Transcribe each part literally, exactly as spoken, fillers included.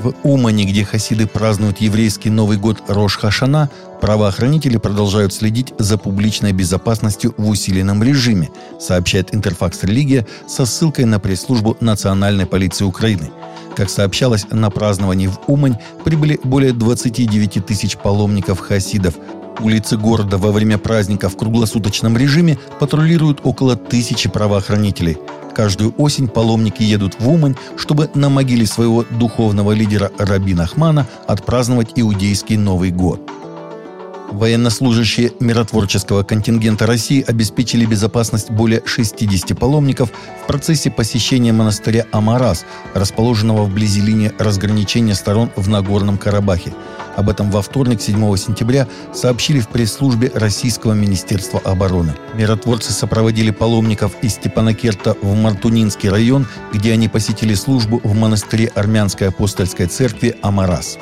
В Умане, где хасиды празднуют еврейский Новый год Рош-ха-Шана, правоохранители продолжают следить за публичной безопасностью в усиленном режиме, сообщает Интерфакс Религия со ссылкой на пресс-службу Национальной полиции Украины. Как сообщалось, на празднование в Умань прибыли более двадцати девяти тысяч паломников хасидов. Улицы города во время праздника в круглосуточном режиме патрулируют около тысячи правоохранителей. Каждую осень паломники едут в Умань, чтобы на могиле своего духовного лидера Раби Нахмана отпраздновать иудейский Новый год. Военнослужащие миротворческого контингента России обеспечили безопасность более шестидесяти паломников в процессе посещения монастыря Амарас, расположенного вблизи линии разграничения сторон в Нагорном Карабахе. Об этом во вторник, седьмого сентября, сообщили в пресс-службе Российского министерства обороны. Миротворцы сопроводили паломников из Степанакерта в Мартунинский район, где они посетили службу в монастыре Армянской апостольской церкви Амарас.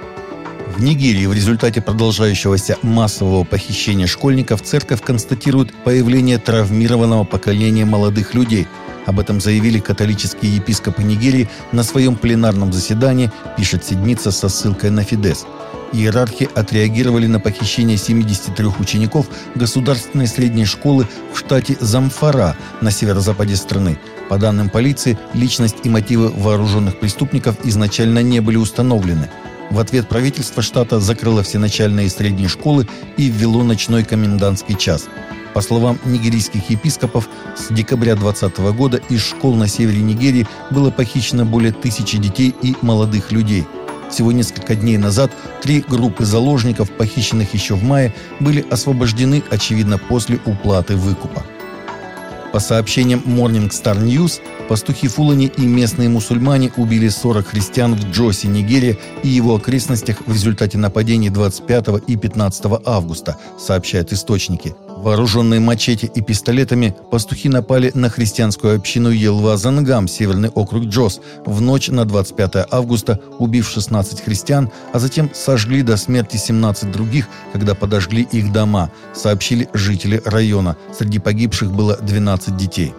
В Нигерии в результате продолжающегося массового похищения школьников церковь констатирует появление травмированного поколения молодых людей. Об этом заявили католические епископы Нигерии на своем пленарном заседании, пишет «Седмица» со ссылкой на Фидес. Иерархи отреагировали на похищение семидесяти трёх учеников государственной средней школы в штате Замфара на северо-западе страны. По данным полиции, личность и мотивы вооруженных преступников изначально не были установлены. В ответ правительство штата закрыло все начальные и средние школы и ввело ночной комендантский час. По словам нигерийских епископов, с декабря двадцатого года из школ на севере Нигерии было похищено более тысячи детей и молодых людей. Всего несколько дней назад три группы заложников, похищенных еще в мае, были освобождены, очевидно, после уплаты выкупа. По сообщениям Morning Star News, пастухи Фулани и местные мусульмане убили сорок христиан в Джосе, Нигерия и его окрестностях в результате нападений двадцать пятого и пятнадцатого августа, сообщают источники. Вооруженные мачете и пистолетами, пастухи напали на христианскую общину Елва-Зангам, северный округ Джос, в ночь на двадцать пятое августа, убив шестнадцать христиан, а затем сожгли до смерти семнадцать других, когда подожгли их дома, сообщили жители района. Среди погибших было двенадцать детей.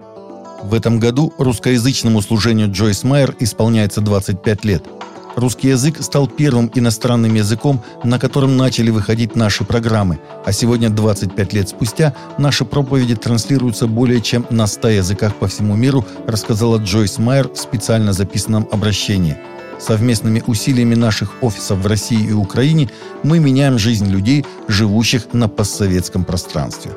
В этом году русскоязычному служению Джойс Майер исполняется двадцать пять лет. Русский язык стал первым иностранным языком, на котором начали выходить наши программы, а сегодня, двадцать пять лет спустя, наши проповеди транслируются более чем на ста языках по всему миру, рассказала Джойс Майер в специально записанном обращении. Совместными усилиями наших офисов в России и Украине мы меняем жизнь людей, живущих на постсоветском пространстве.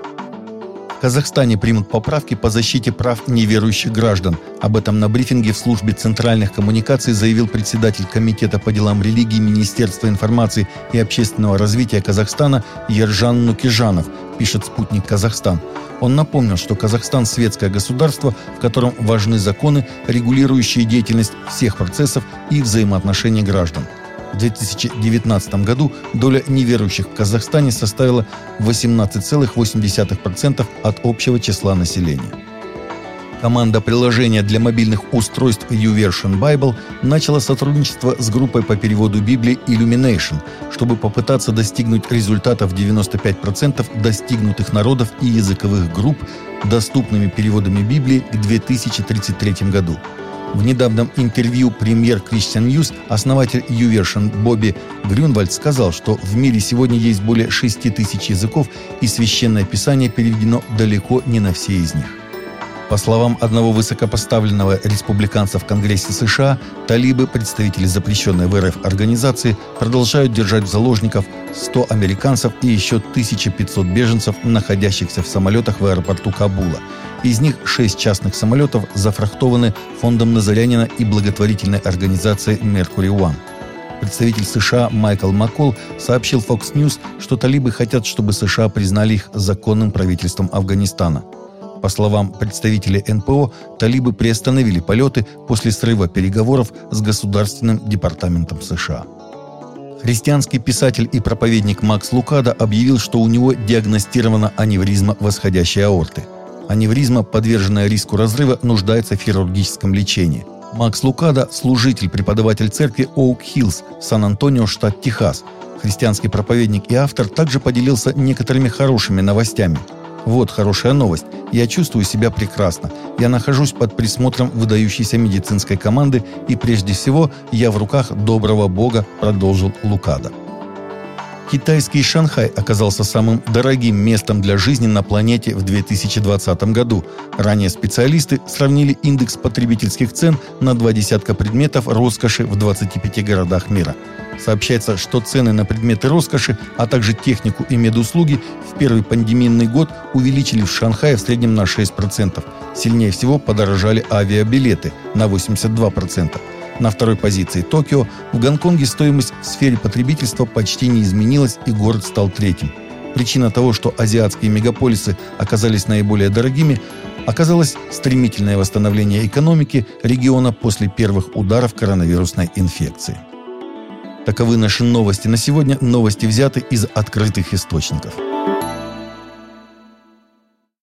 В Казахстане примут поправки по защите прав неверующих граждан. Об этом на брифинге в службе центральных коммуникаций заявил председатель Комитета по делам религии Министерства информации и общественного развития Казахстана Ержан Нукижанов, пишет «Спутник Казахстан». Он напомнил, что Казахстан – светское государство, в котором важны законы, регулирующие деятельность всех процессов и взаимоотношений граждан. В две тысячи девятнадцатом году доля неверующих в Казахстане составила восемнадцать целых восемь десятых процента от общего числа населения. Команда приложения для мобильных устройств YouVersion Bible начала сотрудничество с группой по переводу Библии Illumination, чтобы попытаться достигнуть результатов девяноста пяти процентов достигнутых народов и языковых групп доступными переводами Библии к две тысячи тридцать третьему году. В недавнем интервью премьер Christian News основатель YouVersion Бобби Грюнвальд сказал, что в мире сегодня есть более шести тысяч языков, и Священное Писание переведено далеко не на все из них. По словам одного высокопоставленного республиканца в Конгрессе США, талибы, представители запрещенной в РФ организации, продолжают держать в заложниках сто американцев и еще тысяча пятьсот беженцев, находящихся в самолетах в аэропорту Кабула. Из них шесть частных самолетов зафрахтованы фондом Назарянина и благотворительной организацией Mercury One. Представитель США Майкл Маккол сообщил Fox News, что талибы хотят, чтобы США признали их законным правительством Афганистана. По словам представителей эн пэ о, талибы приостановили полеты после срыва переговоров с Государственным департаментом США. Христианский писатель и проповедник Макс Лукадо объявил, что у него диагностирована аневризма восходящей аорты. Аневризма, подверженная риску разрыва, нуждается в хирургическом лечении. Макс Лукадо – служитель, преподаватель церкви Оук-Хиллз в Сан-Антонио, штат Техас. Христианский проповедник и автор также поделился некоторыми хорошими новостями. Вот хорошая новость. Я чувствую себя прекрасно. Я нахожусь под присмотром выдающейся медицинской команды, и прежде всего я в руках доброго Бога, продолжил Лукада. Китайский Шанхай оказался самым дорогим местом для жизни на планете в две тысячи двадцатом году. Ранее специалисты сравнили индекс потребительских цен на два десятка предметов роскоши в двадцати пяти городах мира. Сообщается, что цены на предметы роскоши, а также технику и медуслуги в первый пандемийный год увеличили в Шанхае в среднем на шесть процентов. Сильнее всего подорожали авиабилеты на восемьдесят два процента. На второй позиции Токио. В Гонконге стоимость в сфере потребительства почти не изменилась, и город стал третьим. Причина того, что азиатские мегаполисы оказались наиболее дорогими, оказалось стремительное восстановление экономики региона после первых ударов коронавирусной инфекции. Таковы наши новости на сегодня. Новости взяты из открытых источников.